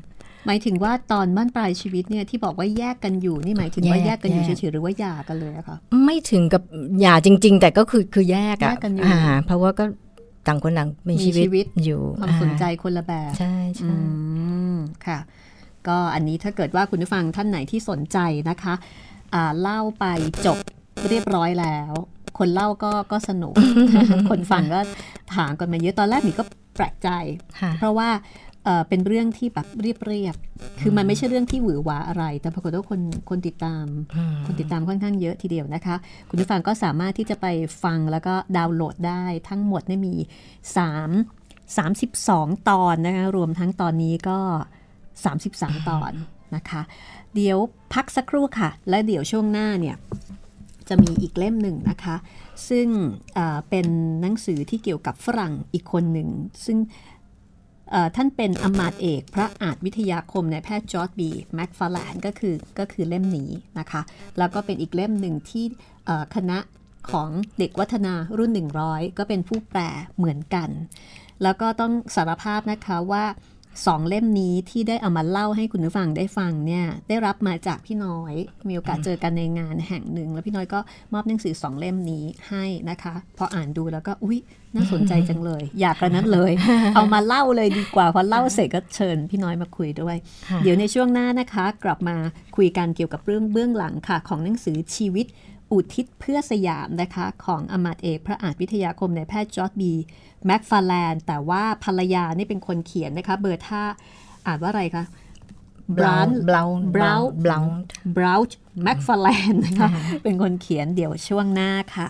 หมายถึงว่าตอนบ้านปลายชีวิตเนี่ยที่บอกว่าแยกกันอยู่นี่หมายถึงว่าแยกกันอยู่เฉยๆหรือว่าหย่ากันเลยอะคะไม่ถึงกับหย่าจริงๆแต่ก็คือคือแยกอะเพราะว่าก็ต่างคนต่างมีชีวิตอยู่ความสนใจคนละแบบใช่ใช่ค่ะก็อันนี้ถ้าเกิดว่าคุณผู้ฟังท่านไหนที่สนใจนะคะเล่าไปจบเรียบร้อยแล้วคนเล่าก็ก็สนุก คนฟังก็ถามกันมาเยอะตอนแรกนี่ก็แปลกใจเพราะว่าเอ่อเป็นเรื่องที่แบบเรียบๆคือมันไม่ใช่เรื่องที่หวือหวาอะไรแต่ปรากฏว่าคนคนติดตามคนติดตามค่อนข้างเยอะทีเดียวนะคะคุณผู้ฟังก็สามารถที่จะไปฟังแล้วก็ดาวน์โหลดได้ทั้งหมดเนี่ยมีสามสามสิบสองตอนนะคะรวมทั้งตอนนี้ก็สามสิบสามตอนนะคะเดี๋ยวพักสักครู่ค่ะและเดี๋ยวช่วงหน้าเนี่ยจะมีอีกเล่มหนึ่งนะคะซึ่งเป็นหนังสือที่เกี่ยวกับฝรั่งอีกคนหนึ่งซึ่งท่านเป็นอมาตย์เอกพระอาจวิทยาคมนายแพทย์จอร์จบีแม็กฟาร์แลนด์ก็คือก็คือเล่มนี้นะคะแล้วก็เป็นอีกเล่มหนึ่งที่คณะของเด็กวัฒนารุ่นหนึ่งร้อยก็เป็นผู้แปลเหมือนกันแล้วก็ต้องสารภาพนะคะว่าสองเล่มนี้ที่ได้เอามาเล่าให้คุณผู้ฟังได้ฟังเนี่ยได้รับมาจากพี่น้อยมีโอกาสเจอกันในงานแห่งหนึ่งแล้วพี่น้อยก็มอบหนังสือสองเล่มนี้ให้นะคะพออ่านดูแล้วก็อุ๊ยน่าสนใจจังเลยอยากกระนั้นเลย เอามาเล่าเลยดีกว่าพอเล่าเสร็จก็เชิญพี่น้อยมาคุยด้วยเดี๋ยวในช่วงหน้านะคะกลับมาคุยกันเกี่ยวกับเรื่องเบื้องหลังค่ะของหนังสือชีวิตอุทิศเพื่อสยามนะคะของอมาตย์เอกพระอาจวิทยาคมนายแพทย์จอร์จบีแม็กฟาร์แลนด์แต่ว่าภรรยานี่เป็นคนเขียนนะคะเบอร์ท่าอ่านว่าอะไรคะบราวน์บราวน์บราวน์บราวน์บราวน์แม็กฟาร์แลนด์นะคะเป็นคนเขียนเดี๋ยวช่วงหน้าค่ะ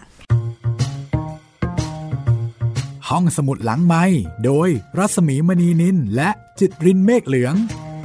ห้องสมุดหลังไมค์โดยรัศมีมณีนินและจิตรินเมฆเหลือง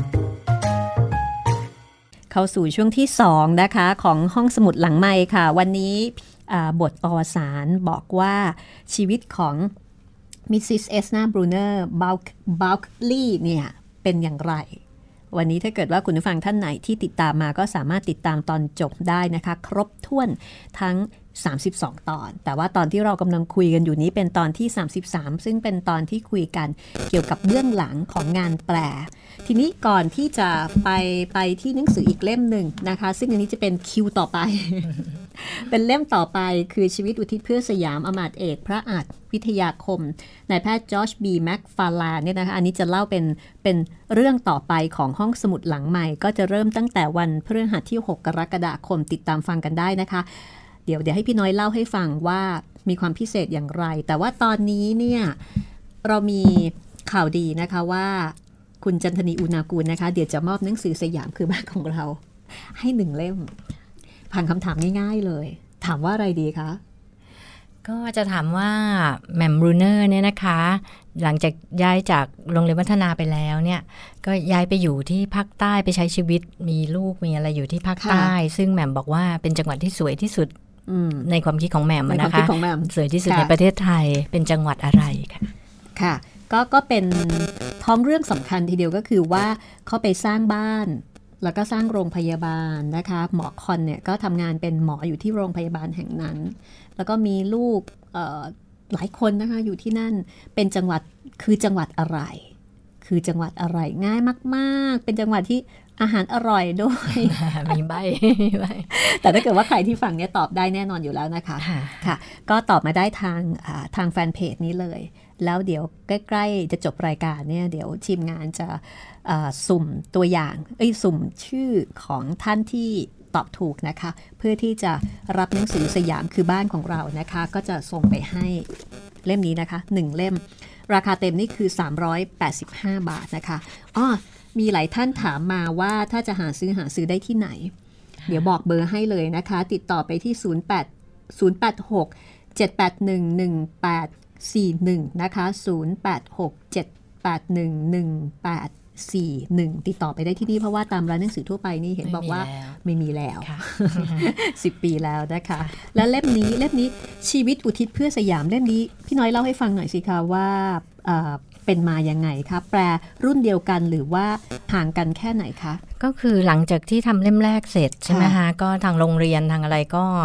เข้าสู่ช่วงที่สองนะคะของห้องสมุดหลังไมค์ค่ะวันนี้บทอวสานบอกว่าชีวิตของมิสซิสเอสนาบรูเนอร์บาลค์ลีเนี่ยเป็นอย่างไรวันนี้ถ้าเกิดว่าคุณผู้ฟังท่านไหนที่ติดตามมาก็สามารถติดตามตอนจบได้นะคะครบถ้วนทั้งสามสิบสองตอนแต่ว่าตอนที่เรากำลังคุยกันอยู่นี้เป็นตอนที่สามสิบสามซึ่งเป็นตอนที่คุยกันเกี่ยวกับเบื้องหลังของงานแปลทีนี้ก่อนที่จะไปไปที่หนังสืออีกเล่มหนึ่งนะคะซึ่งอันนี้จะเป็นคิวต่อไป เป็นเล่มต่อไปคือชีวิตอุทิศเพื่อสยามอมาตย์เอกพระอาจวิทยาคมนายแพทย์จอร์จบีแม็กฟาร์แลนด์เนี่ยนะคะอันนี้จะเล่าเป็นเป็นเรื่องต่อไปของห้องสมุดหลังใหม่ก็จะเริ่มตั้งแต่วันพฤหัสที่หกกรกฎาคมติดตามฟังกันได้นะคะเดี๋ยวเดี๋ยวให้พี่น้อยเล่าให้ฟังว่ามีความพิเศษอย่างไรแต่ว่าตอนนี้เนี่ยเรามีข่าวดีนะคะว่าคุณจันทนีอุณากูลนะคะเดี๋ยวจะมอบหนังสือสยามคือบ้านของเราให้หนึ่งเล่มผ่านคำถามง่ายๆเลยถามว่าอะไรดีคะก็จะถามว่าแหม่มบรูเนอร์เนี่ยนะคะหลังจากย้ายจากโรงเรียนวัฒนาไปแล้วเนี่ยก็ย้ายไปอยู่ที่ภาคใต้ไปใช้ชีวิตมีลูกมีอะไรอยู่ที่ภาคใต้ซึ่งแหม่มบอกว่าเป็นจังหวัดที่สวยที่สุดในความคิดของแหม่มนะคะสวยที่สุดในประเทศไทยเป็นจังหวัดอะไรคะค่ะก็ก็เป็นท้องเรื่องสำคัญทีเดียวก็คือว่าเขาไปสร้างบ้านแล้วก็สร้างโรงพยาบาลนะคะหมอคอนเนี่ยก็ทำงานเป็นหมออยู่ที่โรงพยาบาลแห่งนั้นแล้วก็มีลูกหลายคนนะคะอยู่ที่นั่นเป็นจังหวัดคือจังหวัดอะไรคือจังหวัดอะไรง่ายมากๆเป็นจังหวัดที่อาหารอร่อยด้วยมีใบแต่ถ้าเกิดว่าใครที่ฟังเนี่ยตอบได้แน่นอนอยู่แล้วนะคะค่ะก็ตอบมาได้ทางทางแฟนเพจนี้เลยแล้วเดี๋ยวใกล้ๆจะจบรายการเนี่ยเดี๋ยวทีมงานจะสุ่มตัวอย่างเอ้ยสุ่มชื่อของท่านที่ตอบถูกนะคะเพื่อที่จะรับหนังสือสยามคือบ้านของเรานะคะก็จะส่งไปให้เล่มนี้นะคะหนึ่งเล่มราคาเต็มนี่คือสามร้อยแปดสิบห้าบาทนะคะอ้อมีหลายท่านถามมาว่าถ้าจะหาซื้อหาซื้อได้ที่ไหนเดี๋ยวบอกเบอร์ให้เลยนะคะติดต่อไปที่ศูนย์ แปด ศูนย์ แปด หก เจ็ด แปด หนึ่ง หนึ่ง แปด สี่ หนึ่งนะคะศูนย์ แปด หก เจ็ด แปด หนึ่ง หนึ่ง แปด สี่ หนึ่งติดต่อไปได้ที่นี่เพราะว่าตามร้านหนังสือทั่วไปนี่เห็นบอกว่าไม่มีแล้ว สิบปีแล้วนะคะและเล่มนี้เล่มนี้ชีวิตอุทิศเพื่อสยามเล่มนี้พี่น้อยเล่าให้ฟังหน่อยสิคะว่าเป็นมายังไงคะแปลรุ่นเดียวกันหรือว่าห่างกันแค่ไหนคะก็คือหลังจากที่ทำเล่มแรกเสร็จใช่ไหมคะก็ทางโรงเรียนทางอะไรก็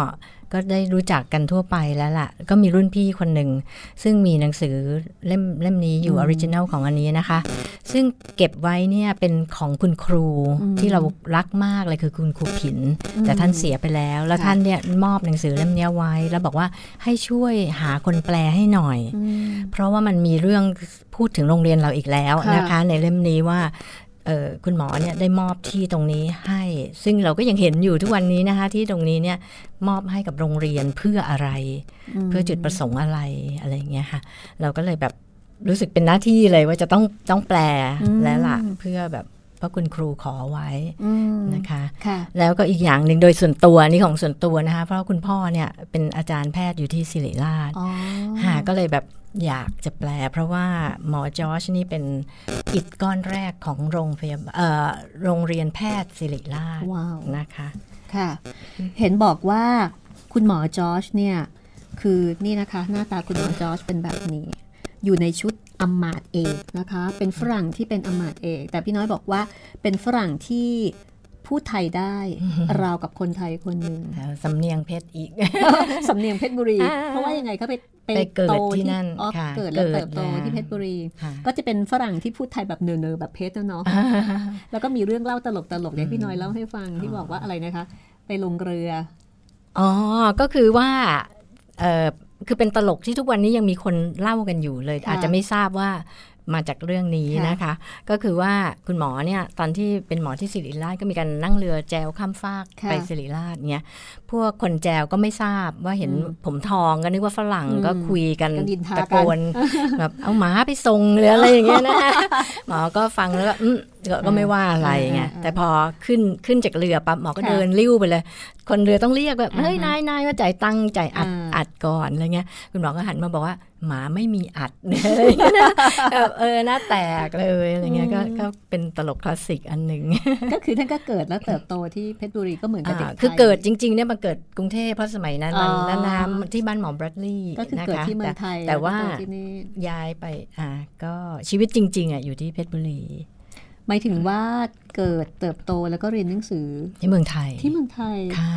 ก็ได้รู้จักกันทั่วไปแล้วล่ะก็มีรุ่นพี่คนหนึ่งซึ่งมีหนังสือเล่มเล่มนี้อยู่ออริจินัลของอันนี้นะคะซึ่งเก็บไว้เนี่ยเป็นของคุณครูที่เรารักมากเลยคือคุณครูผินแต่ท่านเสียไปแล้วแล้วท่านเนี่ยมอบหนังสือเล่มนี้ไว้แล้วบอกว่าให้ช่วยหาคนแปลให้หน่อยเพราะว่ามันมีเรื่องพูดถึงโรงเรียนเราอีกแล้วนะคะในเล่มนี้ว่าเอ่อคุณหมอเนี่ยได้มอบที่ตรงนี้ให้ซึ่งเราก็ยังเห็นอยู่ทุกวันนี้นะคะที่ตรงนี้เนี่ยมอบให้กับโรงเรียนเพื่ออะไรเพื่อจุดประสงค์อะไรอะไรอย่างเงี้ยค่ะเราก็เลยแบบรู้สึกเป็นหน้าที่เลยว่าจะต้องต้องแปลแล้วล่ะเพื่อแบบเพราะคุณครูขอไว้นะคะแล้วก็อีกอย่างหนึ่งโดยส่วนตัวนี่ของส่วนตัวนะคะเพราะคุณพ่อเนี่ยเป็นอาจารย์แพทย์อยู่ที่ศิริราชหาก็เลยแบบอยากจะแปลเพราะว่าหมอจอร์จนี่เป็นอิฐก้อนแรกของโรงพยาบาลโรงเรียนแพทย์ศิริราชนะคะค่ะเห็นบอกว่าคุณหมอจอร์จเนี่ยคือนี่นะคะหน้าตาคุณหมอจอร์จเป็นแบบนี้อยู่ในชุดอำมาตย์เอกนะคะเป็นฝรั่งที่เป็นอำมาตย์เอกแต่พี่น้อยบอกว่าเป็นฝรั่งที่พูดไทยได้ราวกับคนไทยคนหนึ่งสำเนียงเพชรอีกสำเนียงเพชรบุรีเพราะว่ายังไงเขาไปไปเกิดที่นั่นเกิดและเติบโตที่เพชรบุรีก็จะเป็นฝรั่งที่พูดไทยแบบเนอๆแบบเพชรเนาะแล้วก็มีเรื่องเล่าตลกๆอย่างพี่น้อยเล่าให้ฟังที่บอกว่าอะไรนะคะไปลงเรืออ๋อก็คือว่าเออคือเป็นตลกที่ทุกวันนี้ยังมีคนเล่ากันอยู่เลยอาจจะไม่ทราบว่ามาจากเรื่องนี้นะคะก็คือว่าคุณหมอเนี่ยตอนที่เป็นหมอที่ศิริราชก็มีการนั่งเรือแจวข้ามฟากไปศิริราชเนี่ยพวกคนแจวก็ไม่ทราบว่าเห็นผมทองก็นึกว่าฝรั่งก็คุยกันตะโกนแบบเอาหมาไปส่งหรืออะไรอย่างเงี้ยนะหมอก็ฟังแล้วก็ก็ไม่ว่าอะไรไงแต่พอขึ้นขึ้นจากเรือปั๊บหมอก็เดินลิ้วไปเลยคนเรือต้องเรียกแบบเฮ้ยนายนายว่าจ่ายตังค์จ่ายอัดอัดก่อนอะไรเงี้ยคุณหมอก็หันมาบอกว่าหมาไม่มีอัดอะไรเงี้ยนะเออหน้าแตกเลยอะไรเงี้ยก็ก็เป็นตลกคลาสสิกอันหนึ่งก็คือท่านก็เกิดแล้วเติบโตที่เพชรบุรีก็เหมือนกับเด็กไทยคือเกิดจริงๆเนี่ยมาเกิดกรุงเทพเพราะสมัยนั้นมันน้ำที่บ้านหมอแบรดลีย์ก็คือเกิดที่เมืองไทยแต่ว่าย้ายไปอ่าก็ชีวิตจริงๆอ่ะอยู่ที่เพชรบุรีหมายถึงว่าเกิดเติบโตแล้วก็เรียนหนังสือที่เมืองไทยที่เมืองไทยค่ะ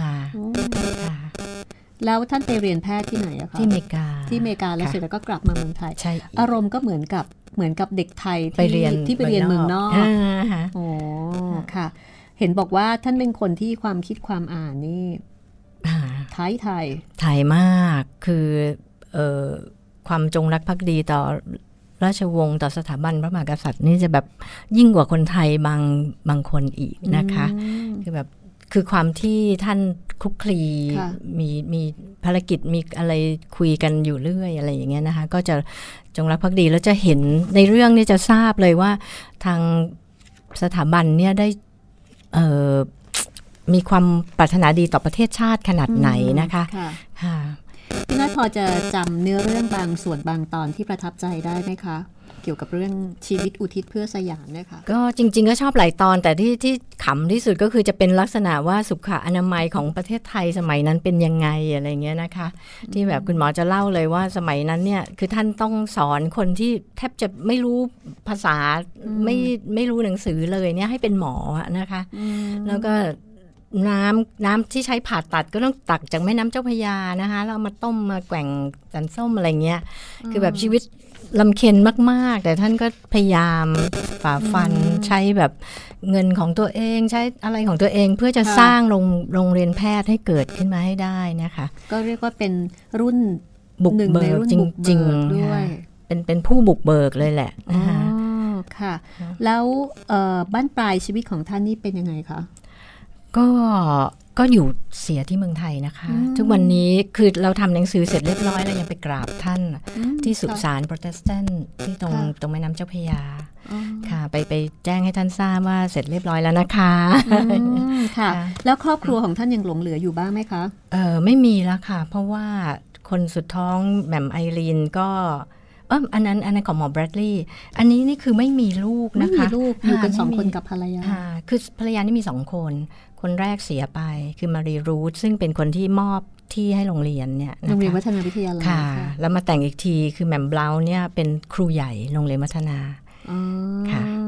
แล้วท่านไปเรียนแพทย์ที่ไหนอะคะที่อเมริกาที่อเมริกาแล้วเสร็จแล้วก็กลับมาเมืองไทยใช่อารมณ์ก็เหมือนกับเหมือนกับเด็กไทยที่ที่ไปเรียนเมืองนอกโอ้ค่ะเห็นบอกว่าท่านเป็นคนที่ความคิดความอ่านนี่ไทยไทยไทยมากคือเอ่อความจงรักภักดีต่อราชวงศ์ต่อสถาบันพระมหากษัตริย์นี่จะแบบยิ่งกว่าคนไทยบางบางคนอีกนะคะคือแบบคือความที่ท่านคลุกคลีมีมีภารกิจมีอะไรคุยกันอยู่เรื่อยอะไรอย่างเงี้ยนะคะก็จะจงรักภักดีแล้วจะเห็นในเรื่องนี้จะทราบเลยว่าทางสถาบันเนี่ยได้เอ่อมีความปรารถนาดีต่อประเทศชาติขนาดไหนนะคะค่ะพี่น้อยพอจะจำเนื้อเรื่องบางส่วนบางตอนที่ประทับใจได้ไหมคะเกี่ยวกับเรื่องชีวิตอุทิศเพื่อสยามเนี่ยค่ะก็จริงๆก็ชอบหลายตอนแต่ที่ที่ขำที่สุดก็คือจะเป็นลักษณะว่าสุขอนามัยของประเทศไทยสมัยนั้นเป็นยังไงอะไรเงี้ยนะคะที่แบบคุณหมอจะเล่าเลยว่าสมัยนั้นเนี่ยคือท่านต้องสอนคนที่แทบจะไม่รู้ภาษาไม่ไม่รู้หนังสือเลยเนี่ยให้เป็นหมอนะคะแล้วก็น้ำน้ำที่ใช้ผ่าตัดก็ต้องตักจากแม่น้ำเจ้าพระยานะคะแล้วมาต้มมาแกว่งสันส้มอะไรเงี้ยคือแบบชีวิตลำเค็ญมากๆแต่ท่านก็พยายามฝ่าฟันใช้แบบเงินของตัวเองใช้อะไรของตัวเองเพื่อจะสร้างโรงโรงเรียนแพทย์ให้เกิดขึ้นมาให้ได้นะคะก็เรียกว่าเป็นรุ่นบุกเบิกจริงๆด้วยเป็นเป็นผู้บุกเบิกเลยแหละนะคะค่ะแล้วบ้านปลายชีวิตของท่านนี่เป็นยังไงคะก็ก็อยู่เสียที่เมืองไทยนะคะทุกวันนี้คือเราทำหนังสือเสร็จเรียบร้อยแล้วยังไปกราบท่านที่สุสานโปรเตสแตนต์ที่ตรงตรงแม่น้ำเจ้าพระยาค่ะไปไปแจ้งให้ท่านทราบว่าเสร็จเรียบร้อยแล้วนะคะค่ะแล้วครอบครัวของท่านยังหลงเหลืออยู่บ้างไหมคะเออไม่มีแล้วค่ะเพราะว่าคนสุดท้องแหม่มไอรีนก็เอออันนั้นอันนั้นของหมอแบรดลีย์อันนี้นี่คือไม่มีลูกนะคะไม่มีลูกอยู่กันสองคนกับภรรยาคือภรรยานี่มีสองคนคนแรกเสียไปคือมารีรูทซึ่งเป็นคนที่มอบที่ให้โรงเรียนเนี่ยโรงเรียนวัฒนาวิทยาลัยค่ะแล้วมาแต่งอีกทีคือแหม่มเบลาเนี่ยเป็นครูใหญ่โรงเรียนวัฒนาค่ะ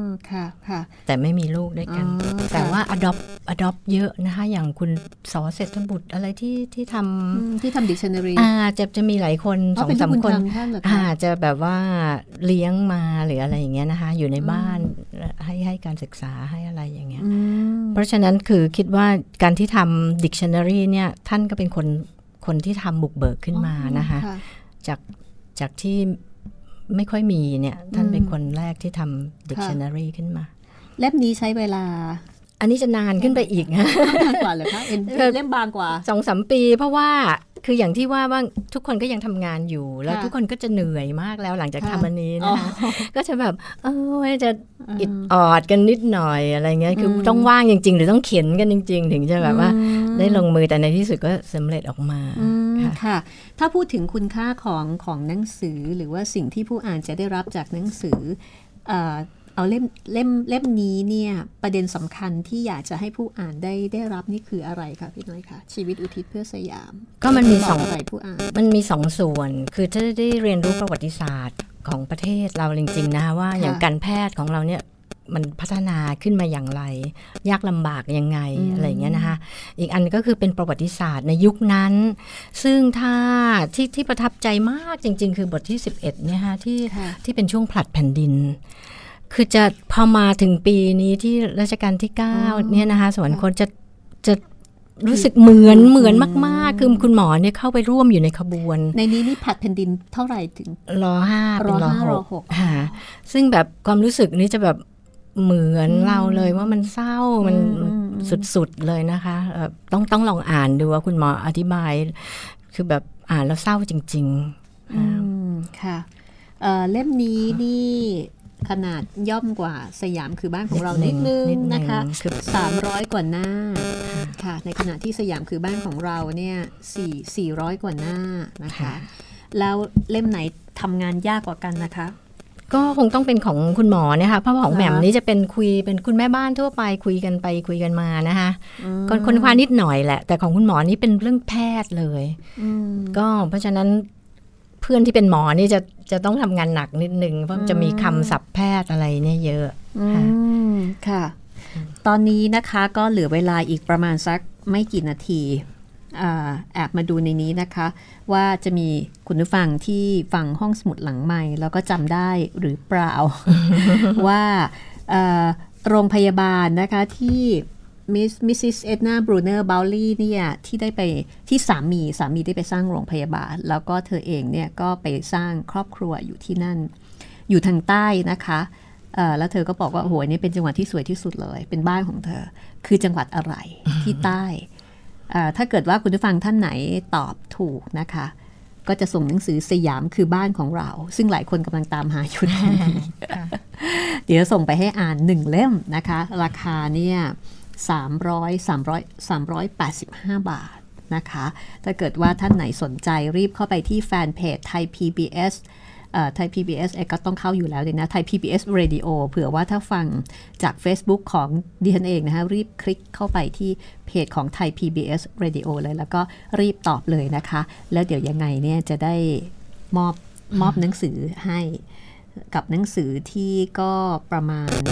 ค่ะค่ะแต่ไม่มีลูกด้วยกันแต่ว่า adopt adopt เยอะนะคะอย่างคุณสอเศรษฐบุตรอะไรที่ที่ทำที่ทำ dictionary อ่าจะจะมีหลายคนสองสามคนอาจจะแบบว่าเลี้ยงมาหรืออะไรอย่างเงี้ยนะคะอยู่ในบ้านให้ให้การศึกษาให้อะไรอย่างเงี้ยเพราะฉะนั้นคือคิดว่าการที่ทำ dictionary เนี่ยท่านก็เป็นคนคนที่ทำบุกเบิกขึ้นมานะคะจากจากที่ไม่ค่อยมีเนี่ยท่านเป็นคนแรกที่ทำ dictionary ขึ้นมาเล่มนี้ใช้เวลาอันนี้จะนานขึ้นไปอีกนะนานกว่าเลยคะเล่มบางกว่าสองสาม ปีเพราะว่าคืออย่างที่ว่าว่าทุกคนก็ยังทำงานอยู่แล้วทุกคนก็จะเหนื่อยมากแล้วหลังจากทำอันนี้นะคะก็จะแบบเออจะอิดออดกันนิดหน่อยอะไรเงี้ยคือต้องว่างจริงๆหรือต้องเขียนกันจริงๆถึงจะแบบว่าได้ลงมือแต่ในที่สุดก็สำเร็จออกมาค่ะถ้าพูดถึงคุณค่าของของหนังสือหรือว่าสิ่งที่ผู้อ่านจะได้รับจากหนังสือเอาเล่มเล่มเล่มนี้เนี่ยประเด็นสำคัญที่อยากจะให้ผู้อ่านได้ได้รับนี่คืออะไรคะพี่น้อยคะชีวิตอุทิศเพื่อสยามก็มันมีสองอะไรผู้อ่านมันมีสองส่วนคือถ้าได้เรียนรู้ประวัติศาสตร์ของประเทศเราจริงๆนะคะว่าอย่างการแพทย์ของเราเนี่ยมันพัฒนาขึ้นมาอย่างไรยากลำบากยังไงอะไรอย่างเงี้ยนะคะอีกอันก็คือเป็นประวัติศาสตร์ในยุคนั้นซึ่งถ้าที่ที่ประทับใจมากจริงๆคือบทที่สิบเอ็ดเนี่ยฮะที่ที่เป็นช่วงผลัดแผ่นดินคือจะพอมาถึงปีนี้ที่รัชกาลที่เก้าเนี่ยนะคะสวรรคตจะจะรู้สึกเหมือนเหมือนมากๆคือคุณหมอเนี่ยเข้าไปร่วมอยู่ในขบวนในนี้นี่ผลัดแผ่นดินเท่าไหร่ถึงรอห้าเป็นรอหกค่ะซึ่งแบบความรู้สึกนี้จะแบบเหมือนเราเลยว่ามันเศร้ามันสุดๆเลยนะคะต้องต้องลองอ่านดูว่าคุณหมออธิบายคือแบบอ่านแล้วเศร้าจริงๆค่ะเล่มนี้นี่ขนาดย่อมกว่าสยามคือบ้านของเรานิดนึงนะคะสามร้อยกว่าหน้าค่ะในขณะที่สยามคือบ้านของเราเนี่ยสี่สี่ร้อยกว่าหน้านะคะแล้วเล่มไหนทำงานยากกว่ากันนะคะก็คงต้องเป็นของคุณหมอเนี่ยค่ะเพราะของแหม่มนี้จะเป็นคุยเป็นคุณแม่บ้านทั่วไปคุยกันไปคุยกันมานะคะคนคนคว้านิดหน่อยแหละแต่ของคุณหมอนี่เป็นเรื่องแพทย์เลยก็เพราะฉะนั้นเพื่อนที่เป็นหมอนี่จะจะต้องทำงานหนักนิดนึงเพราะจะมีคำศัพท์แพทย์อะไรเนี่ยเยอะค่ะตอนนี้นะคะก็เหลือเวลาอีกประมาณสักไม่กี่นาทีแอบมาดูในนี้นะคะว่าจะมีคุณผู้ฟังที่ฟังห้องสมุดหลังไมค์แล้วก็จำได้หรือเปล่า ว่าโรงพยาบาลนะคะที่มิสซิสเอ็ดนาบรูเนอร์บาวลีเนี่ยที่ได้ไปที่สามีสามีได้ไปสร้างโรงพยาบาลแล้วก็เธอเองเนี่ยก็ไปสร้างครอบครัวอยู่ที่นั่นอยู่ทางใต้นะคะแล้วเธอก็บอกว่าโอ้โหนี่เป็นจังหวัดที่สวยที่สุดเลยเป็นบ้านของเธอคือจังหวัดอะไรที่ใต้ถ้าเกิดว่าคุณผู้ฟังท่านไหนตอบถูกนะคะก็จะส่งหนังสือสยามคือบ้านของเราซึ่งหลายคนกำลังตามหาอยู่ตอนนี้ เดี๋ยวส่งไปให้อ่านหนึ่งเล่มนะคะราคาเนี่ยสามร้อย สามร้อย สามร้อยแปดสิบห้าบาทนะคะถ้าเกิดว่าท่านไหนสนใจรีบเข้าไปที่แฟนเพจไทย พี บี เอสไทย พี บี เอส เองก็ต้องเข้าอยู่แล้วเลยนะไทย พี บี เอส Radio เผื่อว่าถ้าฟังจาก Facebook ของดิฉันเองนะคะรีบคลิกเข้าไปที่เพจของไทย พี บี เอส Radio เลยแล้วก็รีบตอบเลยนะคะแล้วเดี๋ยวยังไงเนี่ยจะได้มอบมอบหนังสือให้กับหนังสือที่ก็ประมาณ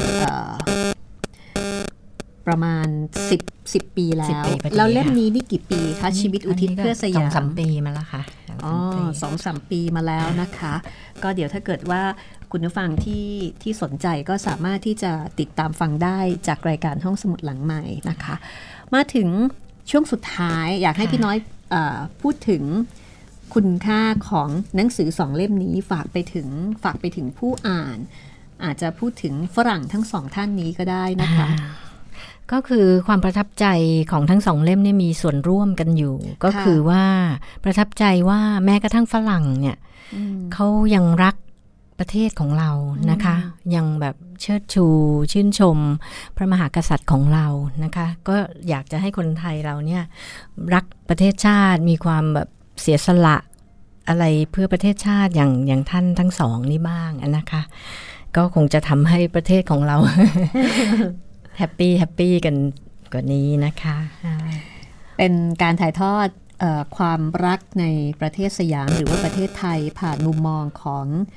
ประมาณสิบ สิบปีแล้วแล้วเล่มนี้นี่กี่ปีคะชีวิตอุทิศเพื่อสยามสองสาม ปีมาแล้วค่ะอ๋อ สองสาม ปีมาแล้วนะคะก็เดี๋ยวถ้าเกิดว่าคุณผู้ฟังที่ที่สนใจก็สามารถที่จะติดตามฟังได้จากรายการห้องสมุดหลังใหม่นะคะมาถึงช่วงสุดท้ายอยากให้พี่น้อยเอ่อพูดถึงคุณค่าของหนังสือสองเล่มนี้ฝากไปถึงฝากไปถึงผู้อ่านอาจจะพูดถึงฝรั่งทั้งสองท่านนี้ก็ได้นะคะก็คือความประทับใจของทั้งสองเล่มนี่มีส่วนร่วมกันอยู่ก็คือว่าประทับใจว่าแม้กระทั่งฝรั่งเนี่ยเขายังรักประเทศของเรานะคะยังแบบเชิดชูชื่นชมพระมหากษัตริย์ของเรานะคะก็อยากจะให้คนไทยเราเนี่ยรักประเทศชาติมีความแบบเสียสละอะไรเพื่อประเทศชาติอย่างอย่างท่านทั้งสองนี่บ้างนะคะก็คงจะทำให้ประเทศของเรา แฮปปี้แฮปปี้กันกว่านี้นะคะเป็นการถ่ายทอดเอ่อความรักในประเทศสยามหรือว่าประเทศไทยผ่านมุมมองของ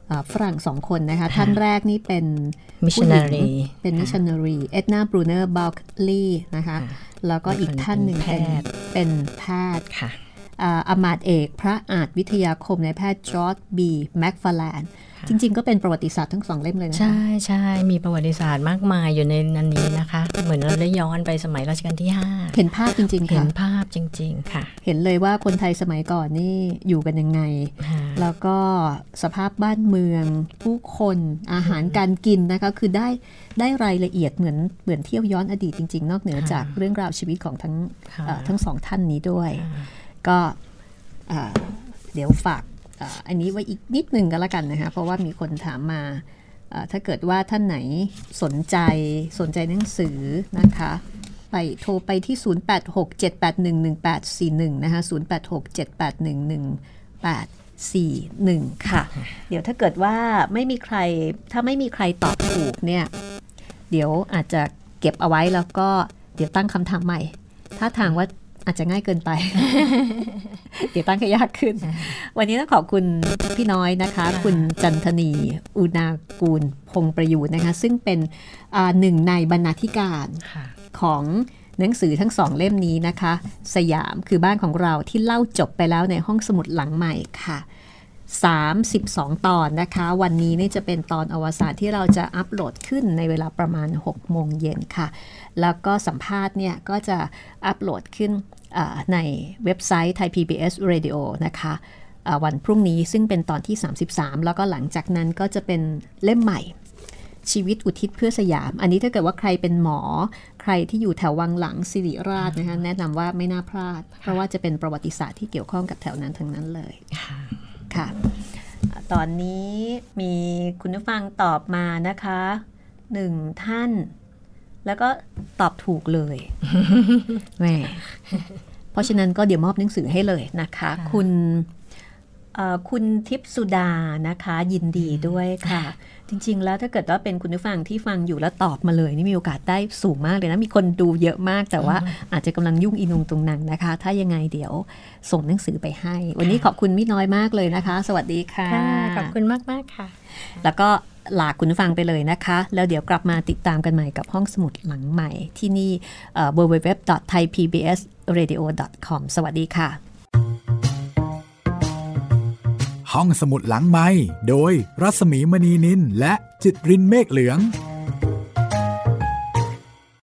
ฝรั่งสองคนนะคะท่านแรกนี่เป็น missionary เป็น missionary เอ็ดนาบรูเนอร์บาลลีนะคะแล้วก็อีกท่านหนึ่งเป็นเป็นแพทย์อามาตย์เอกพระอาจวิทยาคมนายแพทย์จอร์จบีแม็กฟาร์แลนด์จริงๆก็เป็นประวัติศาสตร์ทั้งสองเล่มเลยนะคะใช่ใช่มีประวัติศาสตร์มากมายอยู่ในนั้นนี้นะคะเหมือนเราได้ย้อนไปสมัยรัชกาลที่ห้าเห็นภาพจริงๆค่ะเห็นภาพจริงๆค่ะเห็นเลยว่าคนไทยสมัยก่อนนี่อยู่กันยังไงแล้วก็สภาพบ้านเมืองผู้คนอาหารการกินนะคะคือได้ได้รายละเอียดเหมือนเหมือนเที่ยวย้อนอดีตจริงๆนอกเหนือจากเรื่องราวชีวิตของทั้งทั้งสองท่านนี้ด้วยก็เดี๋ยวฝากอันนี้ไว้อีกนิดนึงก็แล้วกันนะคะเพราะว่ามีคนถามมาถ้าเกิดว่าท่านไหนสนใจสนใจหนังสือนะคะไปโทรไปที่ ศูนย์ แปด หก เจ็ด แปด หนึ่ง หนึ่ง แปด สี่ หนึ่ง นะคะ ศูนย์ แปด หก เจ็ด แปด หนึ่ง หนึ่ง แปด สี่ หนึ่ง ค่ะเดี๋ยวถ้าเกิดว่าไม่มีใครถ้าไม่มีใครตอบถูกเนี่ยเดี๋ยวอาจจะเก็บเอาไว้แล้วก็เดี๋ยวตั้งคำถามใหม่ถ้าทางว่าอาจจะง่ายเกินไป เดี๋ยวตั้งให้ยากขึ้น วันนี้ต้องขอบคุณพี่น้อยนะคะ คุณจันทนีอุณากูลพงประยูรนะคะซึ่งเป็นหนึ่งในบรรณาธิการของหนังสือทั้งสองเล่มนี้นะคะสยามคือบ้านของเราที่เล่าจบไปแล้วในห้องสมุดหลังใหม่ค่ะสามสิบสองตอนนะคะวันนี้นี่จะเป็นตอนอวสานที่เราจะอัปโหลดขึ้นในเวลาประมาณหกโมงเย็นค่ะแล้วก็สัมภาษณ์เนี่ยก็จะอัปโหลดขึ้นในเว็บไซต์ Thai พี บี เอส Radio นะคะวันพรุ่งนี้ซึ่งเป็นตอนที่สามสิบสามแล้วก็หลังจากนั้นก็จะเป็นเล่มใหม่ชีวิตอุทิศเพื่อสยามอันนี้ถ้าเกิดว่าใครเป็นหมอใครที่อยู่แถววังหลังศิริราชนะคะแนะนำว่าไม่น่าพลาดเพราะว่าจะเป็นประวัติศาสตร์ที่เกี่ยวข้องกับแถวนั้นทั้งนั้นเลยค่ะตอนนี้มีคุณผู้ฟังตอบมานะคะหนึ่งท่านแล้วก็ตอบถูกเลยแหมเพราะฉะนั้นก็เดี๋ยวมอบหนังสือให้เลยนะคะคุณคุณทิพสุดานะคะยินดีด้วยค่ะจริงๆแล้วถ้าเกิดว่าเป็นคุณผู้ฟังที่ฟังอยู่แล้วตอบมาเลยนี่มีโอกาสได้สูงมากเลยนะมีคนดูเยอะมากแต่ว่าอาจจะกำลังยุ่งอีนุงตรงนั้นนะคะถ้ายังไงเดี๋ยวส่งหนังสือไปให้วันนี้ขอบคุณมิน้อยมากเลยนะคะสวัสดีค่ะขอบคุณมากๆค่ะแล้วก็ลาคุณผู้ฟังไปเลยนะคะแล้วเดี๋ยวกลับมาติดตามกันใหม่กับห้องสมุดหลังใหม่ที่นี่ ดับเบิลยู ดับเบิลยู ดับเบิลยู ดอท ไทย พี บี เอส เรดิโอ ดอท คอม สวัสดีค่ะห้องสมุดหลังไมค์โดยรัศมีมณีนินและจิตรินเมฆเหลือง